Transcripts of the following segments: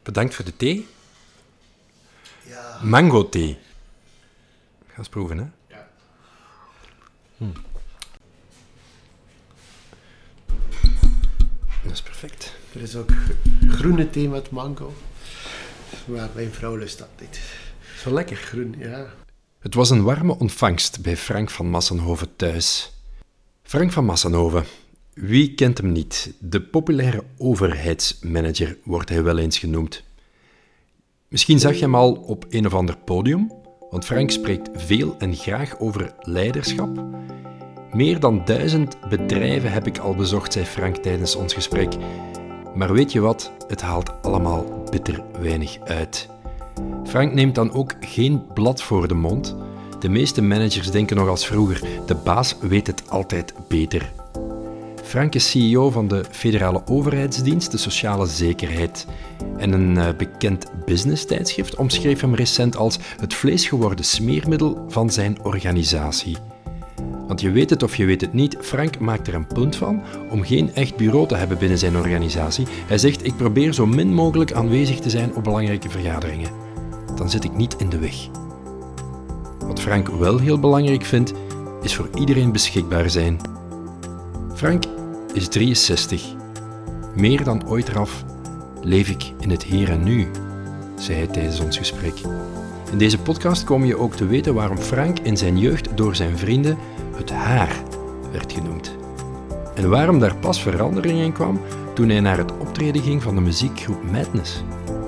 Bedankt voor de thee. Ja. Mango thee. Ga eens proeven, hè? Ja. Dat is perfect. Er is ook groene thee met mango. Maar mijn vrouw lust dat niet. Zo lekker. Groen, ja. Het was een warme ontvangst bij Frank van Massenhoven thuis. Frank van Massenhoven, wie kent hem niet? De populaire overheidsmanager wordt hij wel eens genoemd. Misschien zag je hem al op een of ander podium, want Frank spreekt veel en graag over leiderschap. Meer dan 1000 bedrijven heb ik al bezocht, zei Frank tijdens ons gesprek. Maar weet je wat? Het haalt allemaal bitter weinig uit. Frank neemt dan ook geen blad voor de mond. De meeste managers denken nog als vroeger, de baas weet het altijd beter. Frank is CEO van de Federale Overheidsdienst, de Sociale Zekerheid. En een bekend business-tijdschrift omschreef hem recent als het vleesgeworden smeermiddel van zijn organisatie. Want je weet het of je weet het niet, Frank maakt er een punt van om geen echt bureau te hebben binnen zijn organisatie. Hij zegt, ik probeer zo min mogelijk aanwezig te zijn op belangrijke vergaderingen. Dan zit ik niet in de weg. Wat Frank wel heel belangrijk vindt, is voor iedereen beschikbaar zijn. Frank is 63. Meer dan ooit eraf leef ik in het hier en nu, zei hij tijdens ons gesprek. In deze podcast kom je ook te weten waarom Frank in zijn jeugd door zijn vrienden het haar werd genoemd. En waarom daar pas verandering in kwam toen hij naar het optreden ging van de muziekgroep Madness.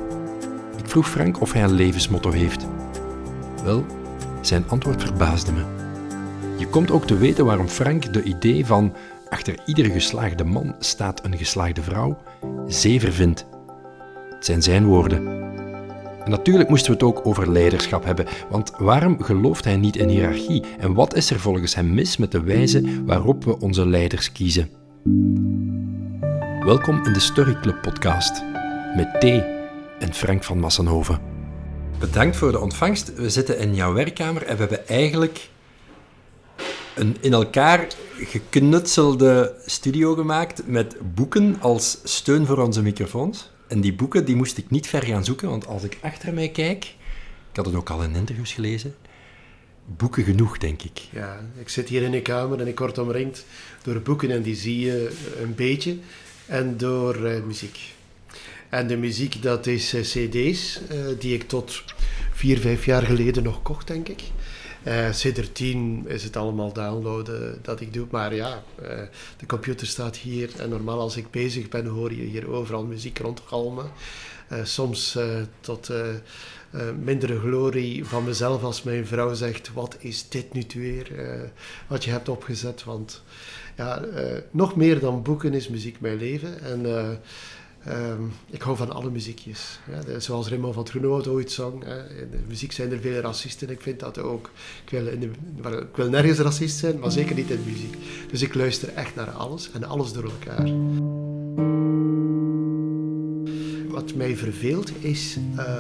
Ik vroeg Frank of hij een levensmotto heeft. Wel, zijn antwoord verbaasde me. Je komt ook te weten waarom Frank de idee van achter iedere geslaagde man staat een geslaagde vrouw zever vindt. Het zijn zijn woorden. En natuurlijk moesten we het ook over leiderschap hebben, want waarom gelooft hij niet in hiërarchie? En wat is er volgens hem mis met de wijze waarop we onze leiders kiezen? Welkom in de Story Club podcast met T. en Frank van Massenhoven. Bedankt voor de ontvangst. We zitten in jouw werkkamer en we hebben eigenlijk een in elkaar geknutselde studio gemaakt met boeken als steun voor onze microfoons. En die boeken die moest ik niet ver gaan zoeken, want als ik achter mij kijk, ik had het ook al in interviews gelezen, boeken genoeg, denk ik. Ja, ik zit hier in de kamer en ik word omringd door boeken en die zie je een beetje. En door muziek. En de muziek, dat is cd's die ik tot 4-5 jaar geleden nog kocht, denk ik. Sindsdien is het allemaal downloaden dat ik doe. Maar ja, de computer staat hier en normaal als ik bezig ben hoor je hier overal muziek rondgalmen. Soms tot mindere glorie van mezelf als mijn vrouw zegt, wat is dit nu weer wat je hebt opgezet. Want ja, nog meer dan boeken is muziek mijn leven. En ik hou van alle muziekjes. Ja, zoals Raymond van Troenhout ooit zong. In de muziek zijn er veel racisten. Ik vind dat ook. Ik wil nergens racist zijn, maar zeker niet in muziek. Dus ik luister echt naar alles en alles door elkaar. Wat mij verveelt is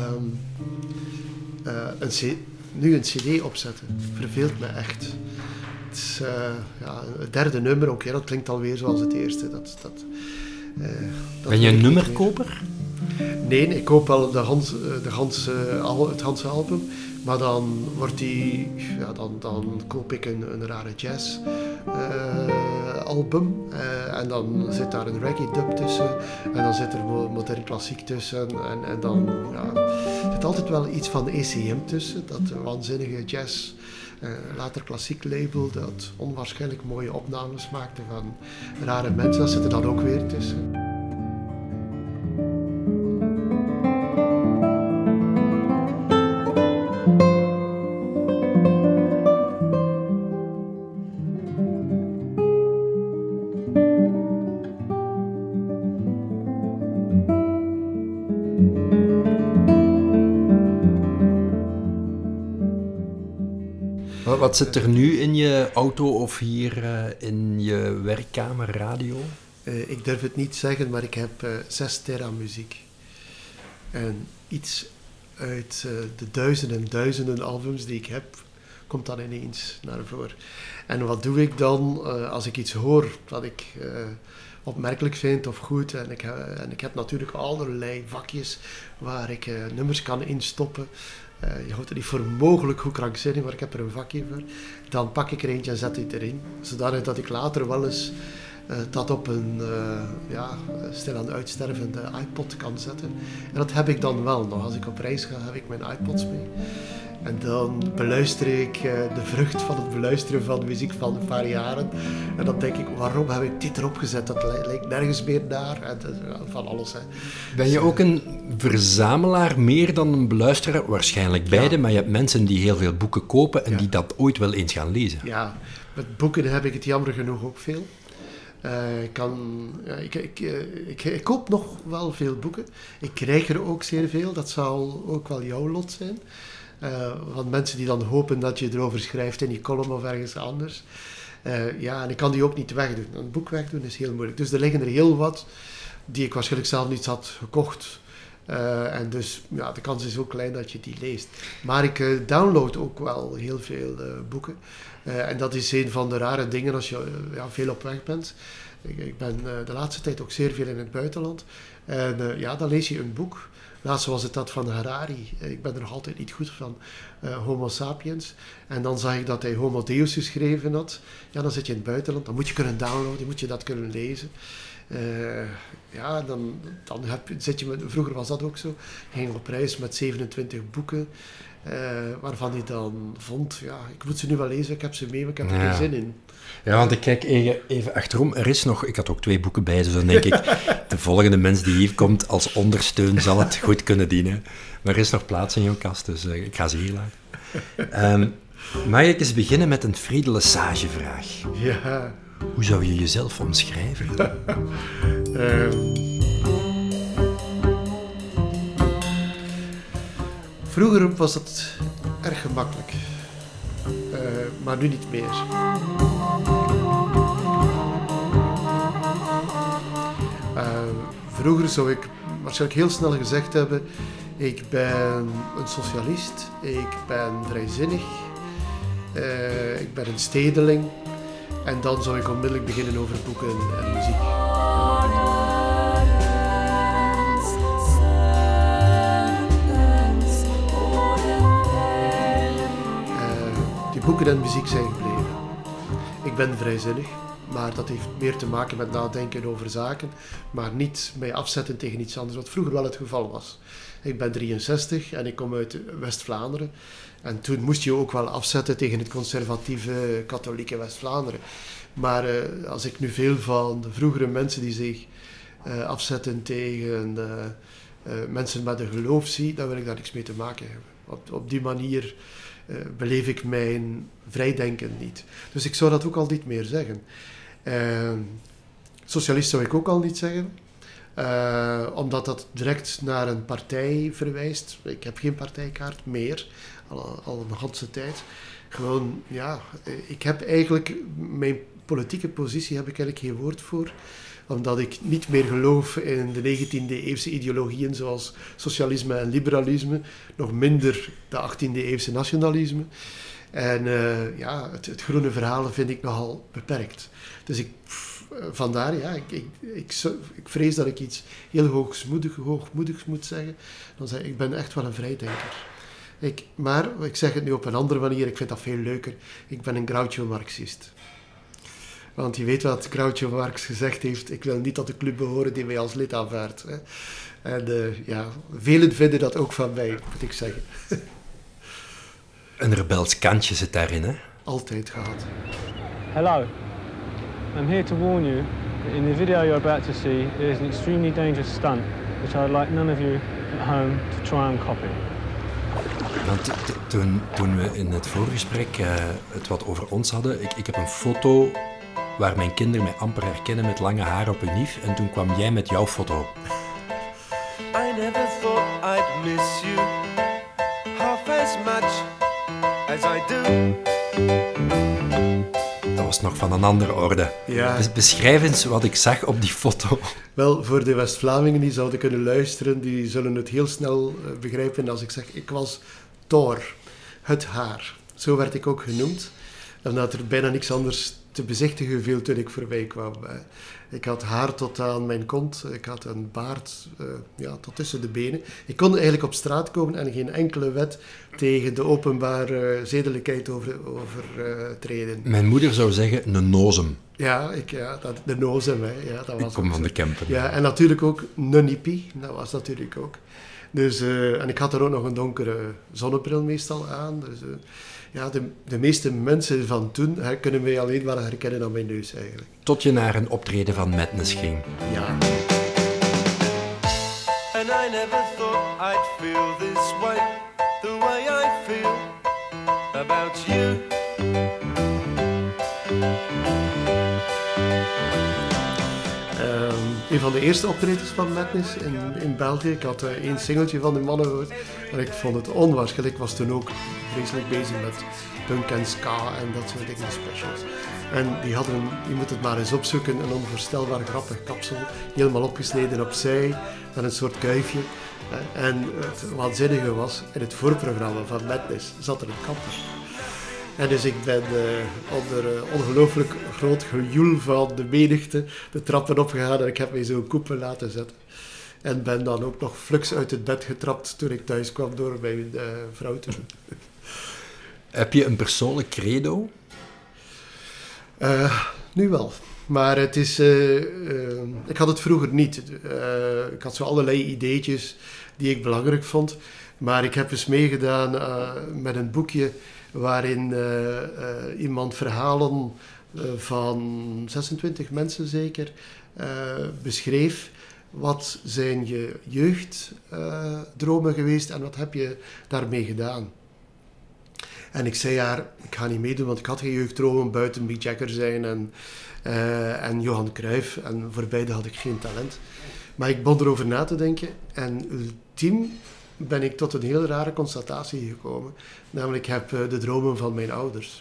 nu een cd opzetten. Verveelt me echt. Het is het derde nummer. Oké, dat klinkt alweer zoals het eerste. Ben je een nummerkoper? Nee, ik koop wel het Hanse album, maar dan wordt dan koop ik een rare jazz album en dan zit daar een reggae dub tussen en dan zit er modern klassiek tussen en dan zit altijd wel iets van ECM tussen, dat waanzinnige jazz. Later klassiek label dat onwaarschijnlijk mooie opnames maakte van rare mensen, dat zit er dan ook weer tussen. Wat zit er nu in je auto of hier in je werkkamer, radio? Ik durf het niet zeggen, maar ik heb 6 tera muziek. En iets uit de duizenden albums die ik heb, komt dan ineens naar voren. En wat doe ik dan als ik iets hoor opmerkelijk vind of goed. En ik heb natuurlijk allerlei vakjes waar ik nummers kan instoppen. Je houdt het niet voor mogelijk hoe krankzinnig, maar ik heb er een vakje voor. Dan pak ik er eentje en zet het erin. Zodanig dat ik later wel eens dat op een stilaan uitstervende iPod kan zetten. En dat heb ik dan wel nog. Als ik op reis ga, heb ik mijn iPods mee. En dan beluister ik de vrucht van het beluisteren van muziek van een paar jaren. En dan denk ik, waarom heb ik dit erop gezet? Dat lijkt nergens meer naar. En van alles. Hè. Ben je ook een verzamelaar meer dan een beluisteraar? Waarschijnlijk beide, maar je hebt mensen die heel veel boeken kopen en die dat ooit wel eens gaan lezen. Ja, met boeken heb ik het jammer genoeg ook veel. Ik koop nog wel veel boeken. Ik krijg er ook zeer veel. Dat zal ook wel jouw lot zijn. Van mensen die dan hopen dat je erover schrijft in je column of ergens anders. En ik kan die ook niet wegdoen. Een boek wegdoen is heel moeilijk. Dus er liggen er heel wat die ik waarschijnlijk zelf niet had gekocht. En dus de kans is ook klein dat je die leest. Maar ik download ook wel heel veel boeken. En dat is een van de rare dingen als je veel op weg bent. Ik ben de laatste tijd ook zeer veel in het buitenland. En dan lees je een boek. Laatst was het dat van Harari. Ik ben er nog altijd niet goed van. Homo sapiens. En dan zag ik dat hij Homo Deus geschreven had. Ja, dan zit je in het buitenland. Dan moet je kunnen downloaden. Moet je dat kunnen lezen. Dan zit je met... Vroeger was dat ook zo. Je ging op reis met 27 boeken. Waarvan hij dan vond... Ja, ik moet ze nu wel lezen. Ik heb ze mee, maar ik heb er geen zin in. Ja, want ik kijk even achterom. Er is nog... Ik had ook 2 boeken bij, dus dan denk ik... De volgende mens die hier komt als ondersteun zal het goed kunnen dienen. Maar er is nog plaats in jouw kast, dus ik ga ze hier laten. Mag ik eens beginnen met een Friede Lesage-vraag? Ja. Hoe zou je jezelf omschrijven? Vroeger was het erg gemakkelijk. Maar nu niet meer. Vroeger zou ik waarschijnlijk heel snel gezegd hebben... Ik ben een socialist, ik ben vrijzinnig, ik ben een stedeling. En dan zou ik onmiddellijk beginnen over boeken en muziek. Die boeken en muziek zijn gebleven. Ik ben vrijzinnig, maar dat heeft meer te maken met nadenken over zaken, maar niet mij afzetten tegen iets anders, wat vroeger wel het geval was. Ik ben 63 en ik kom uit West-Vlaanderen. En toen moest je ook wel afzetten tegen het conservatieve katholieke West-Vlaanderen. Maar als ik nu veel van de vroegere mensen die zich afzetten tegen mensen met een geloof zie, dan wil ik daar niks mee te maken hebben. Op die manier beleef ik mijn vrijdenken niet. Dus ik zou dat ook al niet meer zeggen. Socialist zou ik ook al niet zeggen. Omdat dat direct naar een partij verwijst. Ik heb geen partijkaart meer, al een ganse tijd. Gewoon, ik heb eigenlijk, mijn politieke positie heb ik eigenlijk geen woord voor. Omdat ik niet meer geloof in de 19e eeuwse ideologieën zoals socialisme en liberalisme. Nog minder de 18e eeuwse nationalisme. En het groene verhaal vind ik nogal beperkt. Dus vandaar, ik vrees dat ik iets heel hoogmoedigs moet zeggen. Dan zeg ik ben echt wel een vrijdenker. Maar ik zeg het nu op een andere manier, ik vind dat veel leuker. Ik ben een Groucho-Marxist. Want je weet wat Groucho Marx gezegd heeft, ik wil niet tot de club behoren die mij als lid aanvaardt. Hè. En velen vinden dat ook van mij, moet ik zeggen. Een rebels kantje zit daarin, hè? Altijd gehad. Hello. I'm here to warn you that in the video you're about to see, there is an extremely dangerous stunt which I'd like none of you at home to try and copy. Want toen we in het voorgesprek het wat over ons hadden, ik heb een foto waar mijn kinderen mij amper herkennen met lange haar op hun nief en toen kwam jij met jouw foto. I never thought I'd miss you half as much as I do. Dat was nog van een andere orde. Ja. Dus beschrijf eens wat ik zag op die foto. Wel, voor de West-Vlamingen die zouden kunnen luisteren, die zullen het heel snel begrijpen als ik zeg, ik was Thor, het haar. Zo werd ik ook genoemd, omdat er bijna niks anders te bezichtigen viel toen ik voorbij kwam. Ik had haar tot aan mijn kont. Ik had een baard tot tussen de benen. Ik kon eigenlijk op straat komen en geen enkele wet tegen de openbare zedelijkheid overtreden. Mijn moeder zou zeggen, een nozem. De nozem, hè. Ja, dat was ik kom van de Kempen. Ja, en natuurlijk ook een hippie. Dat was natuurlijk ook. Dus, en ik had er ook nog een donkere zonnebril meestal aan. Dus, de meeste mensen van toen kunnen mij alleen wel herkennen aan mijn neus eigenlijk. Tot je naar een optreden van Madness ging. Ja. And I never thought I'd feel this way, the way I feel about you. Een van de eerste optredens van Madness in België. Ik had 1 singeltje van de mannen gehoord. En ik vond het onwaarschijnlijk. Ik was toen ook vreselijk bezig met punk en ska en dat soort dingen, specials. En die hadden, je moet het maar eens opzoeken, een onvoorstelbaar grappig kapsel. Helemaal opgesneden opzij, met een soort kuifje. En het waanzinnige was, in het voorprogramma van Madness zat er een kapper. En dus ik ben onder ongelooflijk groot gejoel van de menigte de trappen opgegaan en ik heb mij zo'n koepel laten zetten. En ben dan ook nog fluks uit het bed getrapt toen ik thuis kwam door mijn vrouw te doen. Heb je een persoonlijk credo? Nu wel. Maar het is... ik had het vroeger niet. Ik had zo allerlei ideetjes die ik belangrijk vond. Maar ik heb eens meegedaan met een boekje waarin iemand verhalen van 26 mensen zeker beschreef. Wat zijn je jeugddromen geweest en wat heb je daarmee gedaan? En ik zei haar, ik ga niet meedoen, want ik had geen jeugddromen buiten Mick Jagger zijn en Johan Cruijff. En voor beide had ik geen talent. Maar ik begon erover na te denken en ultiem ben ik tot een heel rare constatatie gekomen. Namelijk, ik heb de dromen van mijn ouders.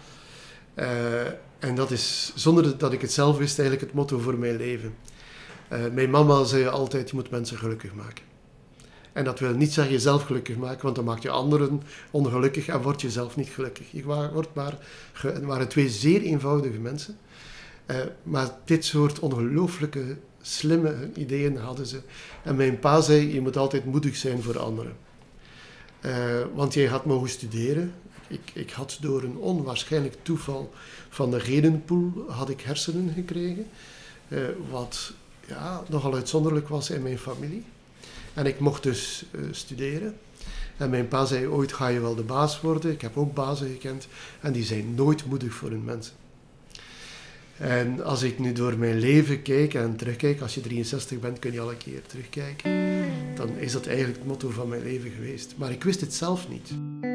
En dat is, zonder dat ik het zelf wist, eigenlijk het motto voor mijn leven. Mijn mama zei altijd, je moet mensen gelukkig maken. En dat wil niet zeggen jezelf gelukkig maken, want dan maak je anderen ongelukkig en word je zelf niet gelukkig. Het waren 2 zeer eenvoudige mensen. Maar dit soort ongelooflijke, slimme ideeën hadden ze. En mijn pa zei, je moet altijd moedig zijn voor anderen. Want jij had mogen studeren. Ik had door een onwaarschijnlijk toeval van de genenpool had ik hersenen gekregen. Wat nogal uitzonderlijk was in mijn familie. En ik mocht dus studeren. En mijn pa zei, ooit ga je wel de baas worden. Ik heb ook bazen gekend. En die zijn nooit moedig voor hun mensen. En als ik nu door mijn leven kijk en terugkijk, als je 63 bent kun je al een keer terugkijken, dan is dat eigenlijk het motto van mijn leven geweest. Maar ik wist het zelf niet.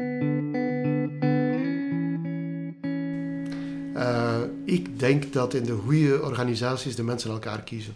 Ik denk dat in de goede organisaties de mensen elkaar kiezen.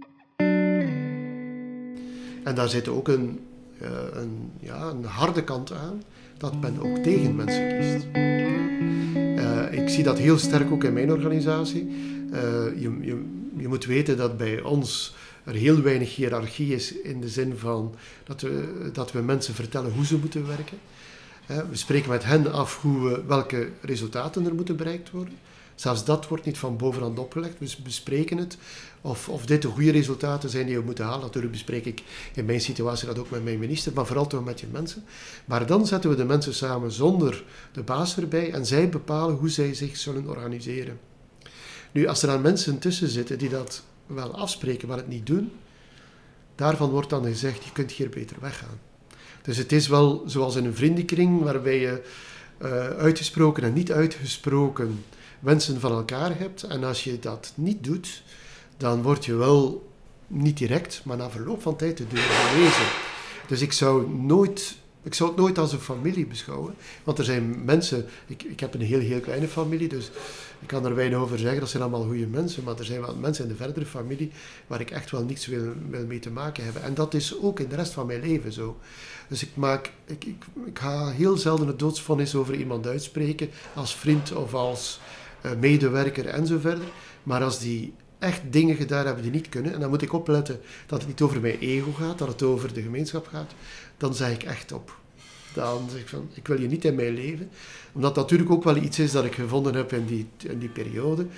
En daar zit ook een harde kant aan, dat men ook tegen mensen kiest. Ik zie dat heel sterk ook in mijn organisatie. Je moet weten dat bij ons er heel weinig hiërarchie is in de zin van dat we mensen vertellen hoe ze moeten werken. We spreken met hen af welke resultaten er moeten bereikt worden. Zelfs dat wordt niet van bovenaan opgelegd. We bespreken het of dit de goede resultaten zijn die we moeten halen. Natuurlijk bespreek ik in mijn situatie dat ook met mijn minister, maar vooral toch met je mensen. Maar dan zetten we de mensen samen zonder de baas erbij en zij bepalen hoe zij zich zullen organiseren. Nu, als er dan mensen tussen zitten die dat wel afspreken, maar het niet doen, daarvan wordt dan gezegd, je kunt hier beter weggaan. Dus het is wel zoals in een vriendenkring, waarbij je uitgesproken en niet uitgesproken wensen van elkaar hebt. En als je dat niet doet, dan word je wel niet direct, maar na verloop van tijd de deur gewezen. Dus ik zou het nooit als een familie beschouwen. Want er zijn mensen, ik heb een heel kleine familie, dus ik kan er weinig over zeggen, dat zijn allemaal goede mensen. Maar er zijn wel mensen in de verdere familie waar ik echt wel niets wil mee te maken hebben. En dat is ook in de rest van mijn leven zo. Dus ik ga heel zelden het doodsvonnis over iemand uitspreken, als vriend of als medewerker en zo verder. Maar als die echt dingen gedaan hebben die niet kunnen, en dan moet ik opletten dat het niet over mijn ego gaat, dat het over de gemeenschap gaat, dan zeg ik echt op. Dan zeg ik van, ik wil je niet in mijn leven. Omdat dat natuurlijk ook wel iets is dat ik gevonden heb in die periode.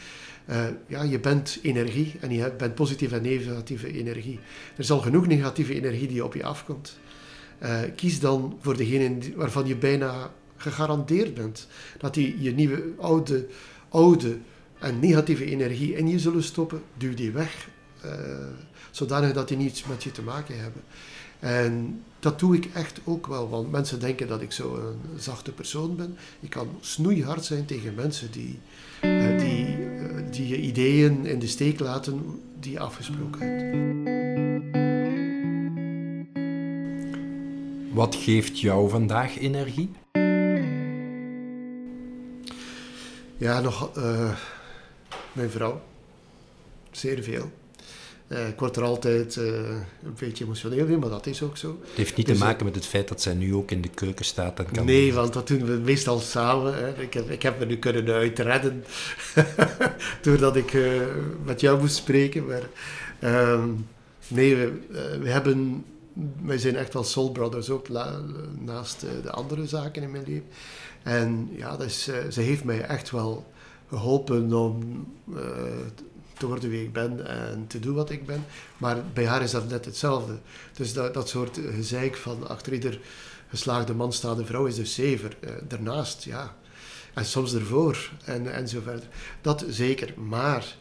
Je bent energie en je bent positieve en negatieve energie. Er is al genoeg negatieve energie die op je afkomt. Kies dan voor degene waarvan je bijna gegarandeerd bent dat die je nieuwe, oude en negatieve energie in je zullen stoppen. Duw die weg, zodanig dat die niets met je te maken hebben. En dat doe ik echt ook wel, want mensen denken dat ik zo een zachte persoon ben. Ik kan snoeihard zijn tegen mensen die je ideeën in de steek laten die je afgesproken hebt. Wat geeft jou vandaag energie? Ja, nog mijn vrouw. Zeer veel. Ik word er altijd een beetje emotioneel in, maar dat is ook zo. Het heeft niet te maken met het feit dat zij nu ook in de keuken staat en kan... Nee, want dat doen we meestal samen. Hè. Ik heb me nu kunnen uitredden doordat ik met jou moest spreken. Maar wij zijn echt wel soul brothers ook, naast de andere zaken in mijn leven. En ja, ze heeft mij echt wel geholpen om te worden wie ik ben en te doen wat ik ben. Maar bij haar is dat net hetzelfde. Dus dat soort gezeik van achter ieder geslaagde man staat een vrouw is dus zever. Daarnaast, ja. En soms ervoor en zo verder. Dat zeker. Maar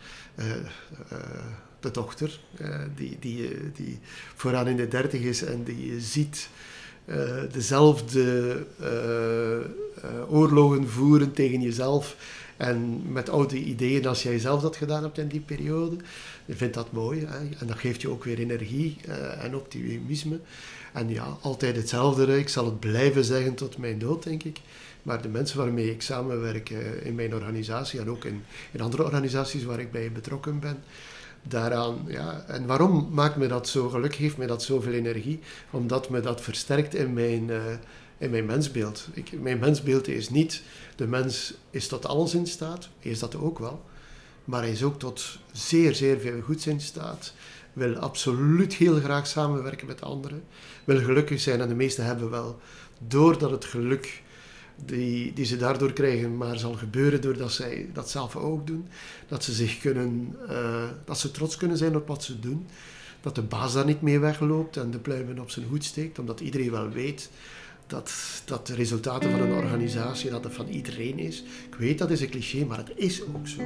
de dochter, die vooraan in de 30 is en die je ziet dezelfde oorlogen voeren tegen jezelf en met oude ideeën als jij zelf dat gedaan hebt in die periode. Je vindt dat mooi, hè? En dat geeft je ook weer energie en optimisme. En ja, altijd hetzelfde. Ik zal het blijven zeggen tot mijn dood, denk ik. Maar de mensen waarmee ik samenwerk in mijn organisatie en ook in andere organisaties waar ik bij betrokken ben, daaraan, ja. En waarom maakt me dat zo gelukkig, geeft me dat zoveel energie? Omdat me dat versterkt in mijn mensbeeld. Mijn mensbeeld is niet, de mens is tot alles in staat, hij is dat ook wel, maar hij is ook tot zeer, zeer veel goeds in staat, wil absoluut heel graag samenwerken met anderen, wil gelukkig zijn en de meesten hebben wel, doordat het geluk die ze daardoor krijgen, maar zal gebeuren doordat zij dat zelf ook doen, dat ze trots kunnen zijn op wat ze doen, dat de baas daar niet mee wegloopt en de pluimen op zijn hoed steekt, omdat iedereen wel weet dat de resultaten van een organisatie, dat het van iedereen is. Ik weet, dat is een cliché, maar het is ook zo.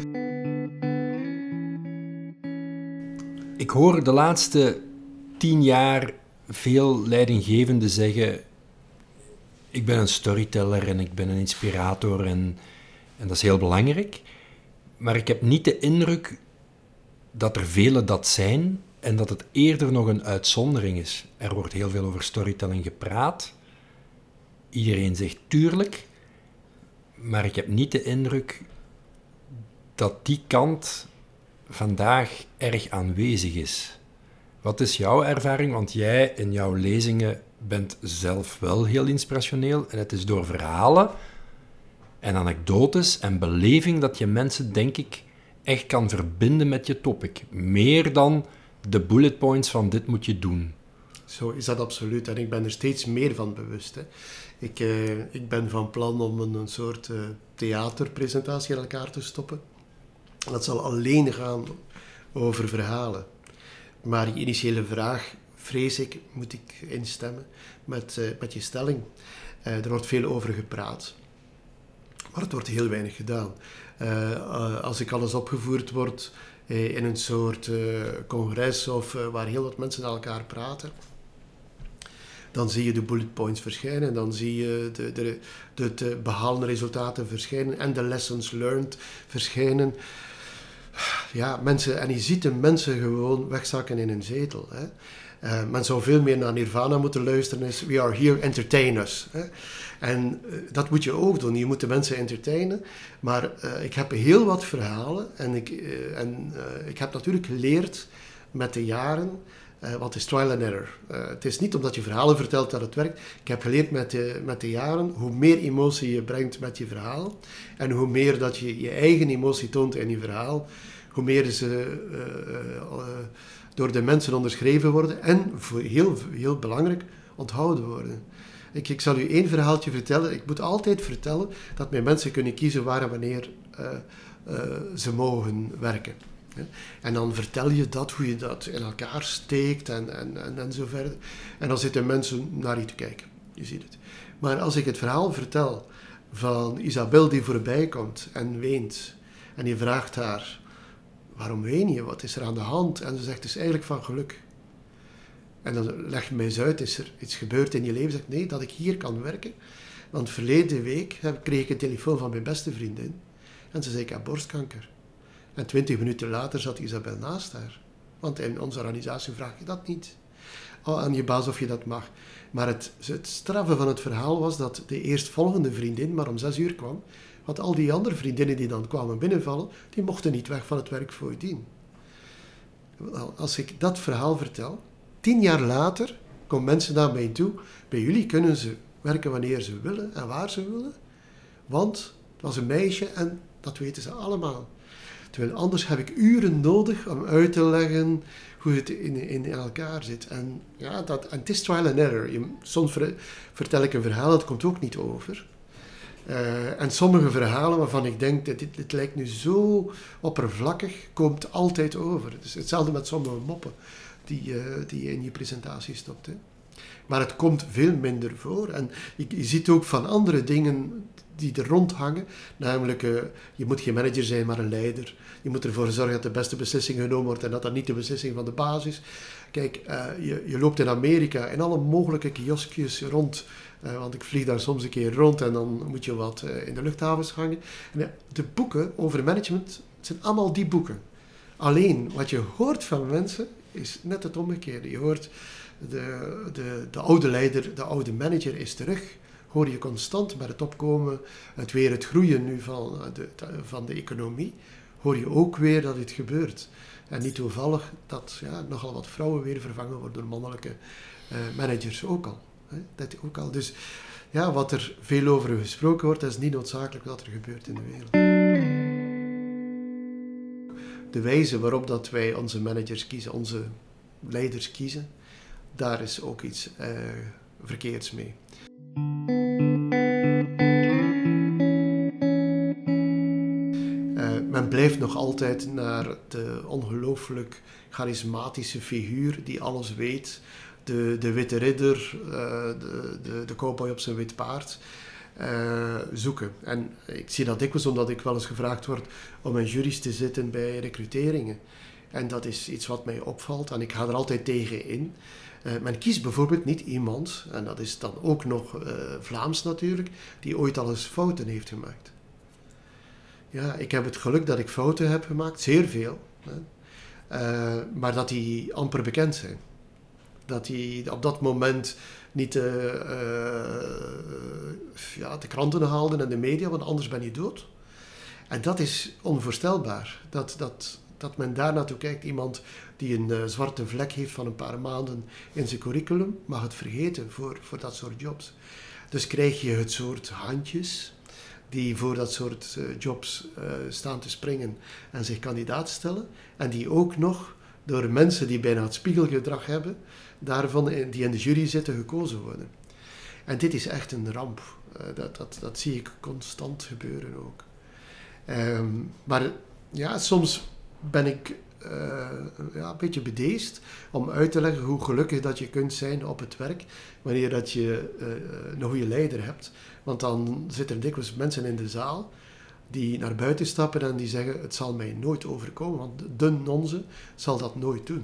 Ik hoor de laatste 10 jaar veel leidinggevenden zeggen: ik ben een storyteller en ik ben een inspirator en dat is heel belangrijk. Maar ik heb niet de indruk dat er velen dat zijn en dat het eerder nog een uitzondering is. Er wordt heel veel over storytelling gepraat. Iedereen zegt tuurlijk, maar ik heb niet de indruk dat die kant vandaag erg aanwezig is. Wat is jouw ervaring? Want jij in jouw lezingen bent zelf wel heel inspirationeel en het is door verhalen en anekdotes en beleving dat je mensen, denk ik, echt kan verbinden met je topic. Meer dan de bullet points van dit moet je doen. Zo is dat absoluut en ik ben er steeds meer van bewust. Hè. Ik ben van plan om een soort theaterpresentatie in elkaar te stoppen. Dat zal alleen gaan over verhalen. Maar je initiële vraag, vrees ik, moet ik instemmen met je stelling. Er wordt veel over gepraat, maar het wordt heel weinig gedaan. Als ik alles opgevoerd wordt in een soort congres of waar heel wat mensen naar elkaar praten, dan zie je de bullet points verschijnen, dan zie je de behaalde resultaten verschijnen en de lessons learned verschijnen. Ja, en je ziet de mensen gewoon wegzakken in een zetel. Hè. Men zou veel meer naar Nirvana moeten luisteren, is we are here, entertain us. Hè. En dat moet je ook doen, je moet de mensen entertainen. Maar ik heb heel wat verhalen en ik heb natuurlijk geleerd met de jaren, wat is trial and error. Het is niet omdat je verhalen vertelt dat het werkt. Ik heb geleerd met de jaren, hoe meer emotie je brengt met je verhaal en hoe meer dat je je eigen emotie toont in je verhaal, hoe meer ze door de mensen onderschreven worden en heel, heel belangrijk onthouden worden. Ik zal u 1 verhaaltje vertellen. Ik moet altijd vertellen dat mijn mensen kunnen kiezen waar en wanneer ze mogen werken. En dan vertel je dat, hoe je dat in elkaar steekt en zo verder. En dan zitten mensen naar je te kijken. Je ziet het. Maar als ik het verhaal vertel van Isabel die voorbij komt en weent. En je vraagt haar, waarom ween je? Wat is er aan de hand? En ze zegt, het is eigenlijk van geluk. En dan leg je mij eens uit, is er iets gebeurd in je leven? Zeg, nee, dat ik hier kan werken. Want verleden week kreeg ik een telefoon van mijn beste vriendin. En ze zei, ik heb borstkanker. En 20 minuten later zat Isabel naast haar. Want in onze organisatie vraag je dat niet. Aan je baas of je dat mag. Maar het straffe van het verhaal was dat de eerstvolgende vriendin maar om 6 uur kwam. Want al die andere vriendinnen die dan kwamen binnenvallen, die mochten niet weg van het werk voordien. Als ik dat verhaal vertel, 10 jaar later komen mensen naar mij toe. Bij jullie kunnen ze werken wanneer ze willen en waar ze willen. Want het was een meisje en dat weten ze allemaal. Terwijl anders heb ik uren nodig om uit te leggen hoe het in elkaar zit. En ja, en het is trial and error. Soms vertel ik een verhaal, dat komt ook niet over. En sommige verhalen waarvan ik denk, dit lijkt nu zo oppervlakkig, komt altijd over. Het is hetzelfde met sommige moppen die je in je presentatie stopt. Hè. Maar het komt veel minder voor. En je ziet ook van andere dingen die er rond hangen. Namelijk, je moet geen manager zijn, maar een leider. Je moet ervoor zorgen dat de beste beslissing genomen wordt en dat dat niet de beslissing van de baas is. Kijk, je loopt in Amerika in alle mogelijke kioskjes rond. Want ik vlieg daar soms een keer rond en dan moet je wat in de luchthavens hangen. En de boeken over management zijn allemaal die boeken. Alleen, wat je hoort van mensen is net het omgekeerde. Je hoort de oude leider, de oude manager is terug. Hoor je constant met het opkomen, het groeien nu van de economie, hoor je ook weer dat dit gebeurt. En niet toevallig dat nogal wat vrouwen weer vervangen worden door mannelijke managers ook al. Dat ook al. Dus ja, wat er veel over gesproken wordt, dat is niet noodzakelijk wat er gebeurt in de wereld. De wijze waarop dat wij onze managers kiezen, onze leiders kiezen, daar is ook iets verkeerds mee. Men blijft nog altijd naar de ongelooflijk charismatische figuur die alles weet, de witte ridder, de cowboy op zijn wit paard, zoeken. En ik zie dat dikwijls omdat ik wel eens gevraagd word om in juries te zitten bij recruteringen. En dat is iets wat mij opvalt en ik ga er altijd tegen in. Men kiest bijvoorbeeld niet iemand, en dat is dan ook nog Vlaams natuurlijk, die ooit al eens fouten heeft gemaakt. Ja, ik heb het geluk dat ik fouten heb gemaakt, zeer veel. Maar dat die amper bekend zijn. Dat die op dat moment niet de kranten haalden en de media, want anders ben je dood. En dat is onvoorstelbaar. Dat men daar naartoe kijkt. Iemand die een zwarte vlek heeft van een paar maanden in zijn curriculum, mag het vergeten voor dat soort jobs. Dus krijg je het soort handjes die voor dat soort jobs staan te springen en zich kandidaat stellen. En die ook nog door mensen die bijna het spiegelgedrag hebben, daarvan die in de jury zitten, gekozen worden. En dit is echt een ramp. Dat zie ik constant gebeuren ook. Maar ja, soms ben ik een beetje bedeesd om uit te leggen hoe gelukkig dat je kunt zijn op het werk wanneer dat je een goede leider hebt. Want dan zitten er dikwijls mensen in de zaal die naar buiten stappen en die zeggen, het zal mij nooit overkomen, want de nonze zal dat nooit doen.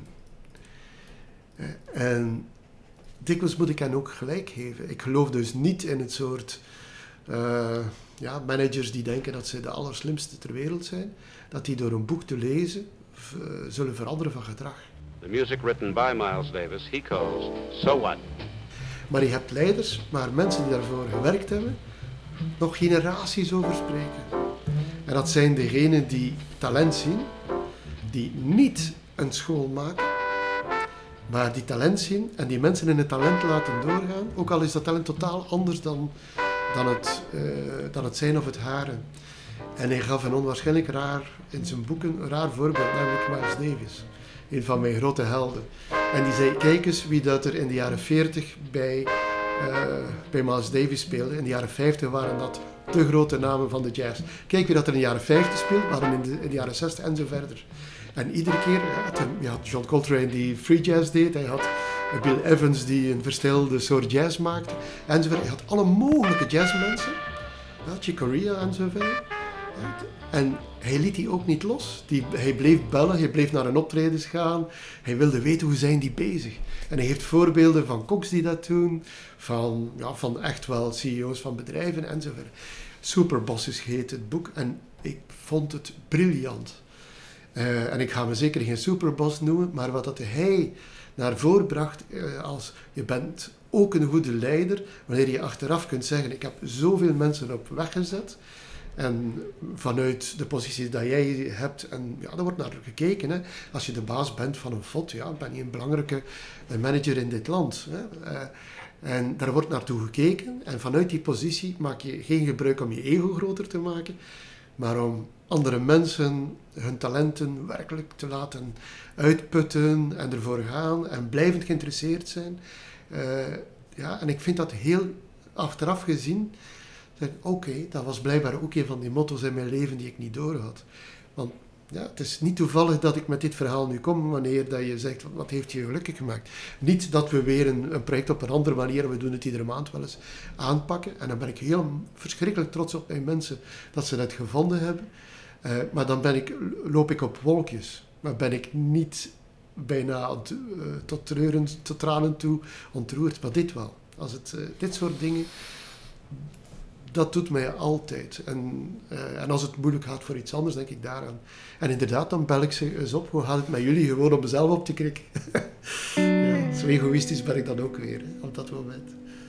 En dikwijls moet ik hen ook gelijk geven. Ik geloof dus niet in het soort managers die denken dat ze de allerslimste ter wereld zijn, dat die door een boek te lezen zullen veranderen van gedrag. The music written by Miles Davis, he calls So What? Maar je hebt leiders, maar mensen die daarvoor gewerkt hebben, nog generaties over spreken. En dat zijn degenen die talent zien, die niet een school maken, maar die talent zien en die mensen in het talent laten doorgaan, ook al is dat talent totaal anders dan het zijn of het haren. En hij gaf een onwaarschijnlijk in zijn boeken een raar voorbeeld, namelijk Miles Davis. Een van mijn grote helden. En die zei, kijk eens wie dat er in de jaren 40 bij Miles Davis speelde. In de jaren 50 waren dat de grote namen van de jazz. Kijk wie dat er in de jaren 50 speelt, maar in de jaren 60 en zo verder. En iedere keer, je had John Coltrane die free jazz deed, hij had Bill Evans die een verstelde soort jazz maakte, enzovoort. Hij had alle mogelijke jazzmensen, Chick Corea enzovoort. En hij liet die ook niet los. Hij bleef bellen, hij bleef naar een optredens gaan. Hij wilde weten hoe zijn die bezig. En hij heeft voorbeelden van koks die dat doen, van echt wel CEO's van bedrijven enzovoort. Superbosses heet het boek en ik vond het briljant. En ik ga me zeker geen superboss noemen, maar wat dat hij naar voren bracht als je bent ook een goede leider, wanneer je achteraf kunt zeggen, ik heb zoveel mensen op weg gezet. En vanuit de positie dat jij hebt, en ja, daar wordt naar gekeken. Hè. Als je de baas bent van een FOD, ja, ben je een belangrijke manager in dit land. Hè. En daar wordt naartoe gekeken. En vanuit die positie maak je geen gebruik om je ego groter te maken, maar om andere mensen hun talenten werkelijk te laten uitputten en ervoor gaan en blijvend geïnteresseerd zijn. En ik vind dat heel achteraf gezien. Oké, dat was blijkbaar ook een van die motto's in mijn leven die ik niet doorhad. Want ja, het is niet toevallig dat ik met dit verhaal nu kom wanneer dat je zegt, wat heeft je gelukkig gemaakt? Niet dat we weer een project op een andere manier, we doen het iedere maand wel eens, aanpakken. En dan ben ik heel verschrikkelijk trots op mijn mensen dat ze dat gevonden hebben. Maar dan loop ik op wolkjes. Maar ben ik niet bijna tot tranen toe ontroerd. Maar dit wel. Als dit soort dingen, dat doet mij altijd. En als het moeilijk gaat voor iets anders, denk ik daaraan. En inderdaad, dan bel ik ze eens op. Hoe gaat het met jullie? Gewoon om mezelf op te krikken. Ja, zo egoïstisch ben ik dan ook weer, op dat moment.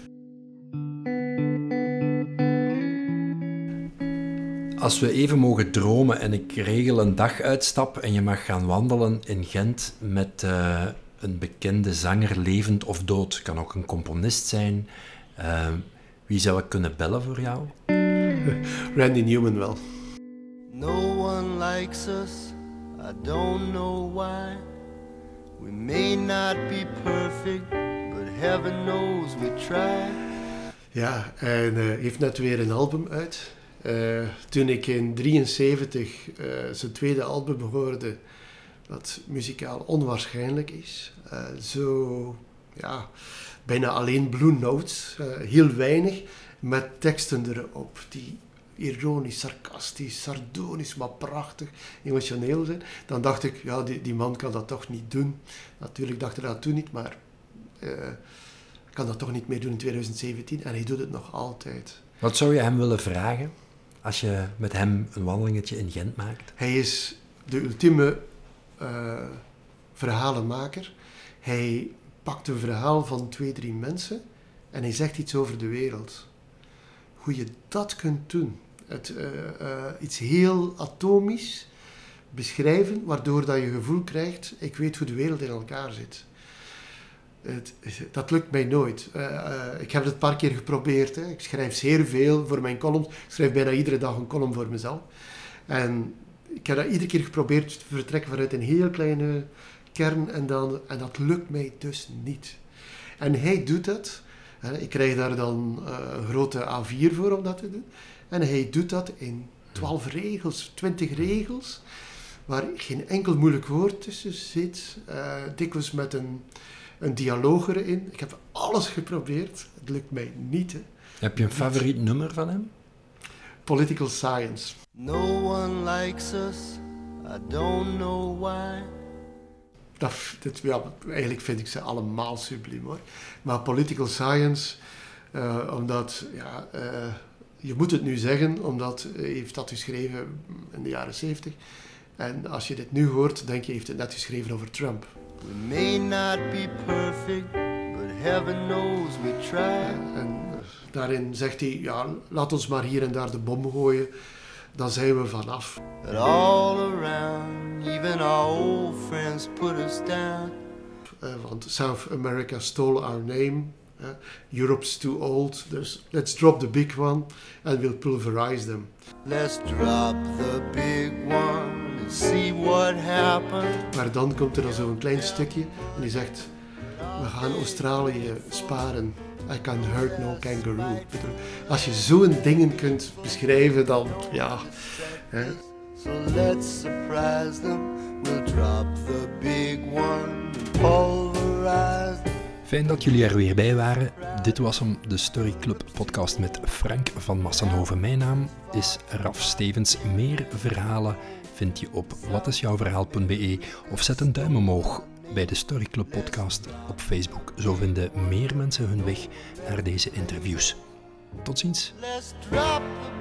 Als we even mogen dromen en ik regel een daguitstap en je mag gaan wandelen in Gent met een bekende zanger, levend of dood, kan ook een componist zijn. Wie zou ik kunnen bellen voor jou? Randy Newman wel. No one likes us, I don't know why. We may not be perfect, but heaven knows we try. Ja, en heeft net weer een album uit. Toen ik in 1973 zijn tweede album hoorde, dat muzikaal onwaarschijnlijk is. Bijna alleen Blue Notes, heel weinig, met teksten erop die ironisch, sarcastisch, sardonisch, maar prachtig, emotioneel zijn. Dan dacht ik, ja, die man kan dat toch niet doen. Natuurlijk dacht ik dat toen niet, maar kan dat toch niet meer doen in 2017 en hij doet het nog altijd. Wat zou je hem willen vragen als je met hem een wandelingetje in Gent maakt? Hij is de ultieme verhalenmaker. Hij pakt een verhaal van 2-3 mensen en hij zegt iets over de wereld. Hoe je dat kunt doen. Iets heel atomisch beschrijven, waardoor dat je gevoel krijgt, ik weet hoe de wereld in elkaar zit. Dat lukt mij nooit. Ik heb het een paar keer geprobeerd. Hè. Ik schrijf zeer veel voor mijn columns. Ik schrijf bijna iedere dag een column voor mezelf. En ik heb dat iedere keer geprobeerd te vertrekken vanuit een heel kleine kern. En dat lukt mij dus niet. En hij doet dat. Ik krijg daar dan een grote A4 voor om dat te doen. En hij doet dat in 12 regels, 20 regels. Waar geen enkel moeilijk woord tussen zit. Dikwijls met een dialoog erin. Ik heb alles geprobeerd. Het lukt mij niet. Hè. Heb je een favoriet nummer van hem? Political Science. No one likes us, I don't know why. Eigenlijk vind ik ze allemaal subliem hoor. Maar Political Science, omdat, je moet het nu zeggen, omdat hij heeft dat geschreven in de jaren 70. En als je dit nu hoort, denk je, heeft het net geschreven over Trump. We may not be perfect, but heaven knows we try. En daarin zegt hij, ja, laat ons maar hier en daar de bom gooien, dan zijn we vanaf. But all around, even our old friends put us down. Want South America stole our name. Europe's too old, dus let's drop the big one and we'll pulverize them. Let's drop the big one and see what happens. Maar dan komt er zo'n klein stukje en die zegt, we gaan Australië sparen. I can hurt no kangaroo. Als je zo'n dingen kunt beschrijven, dan ja. Hè. So let's surprise them. We'll drop the big one and pulverize them. Fijn dat jullie er weer bij waren. Dit was hem, de Story Club podcast met Frank van Massenhoven. Mijn naam is Raf Stevens. Meer verhalen vind je op watisjouwverhaal.be of zet een duim omhoog bij de Story Club podcast op Facebook. Zo vinden meer mensen hun weg naar deze interviews. Tot ziens. Let's drop the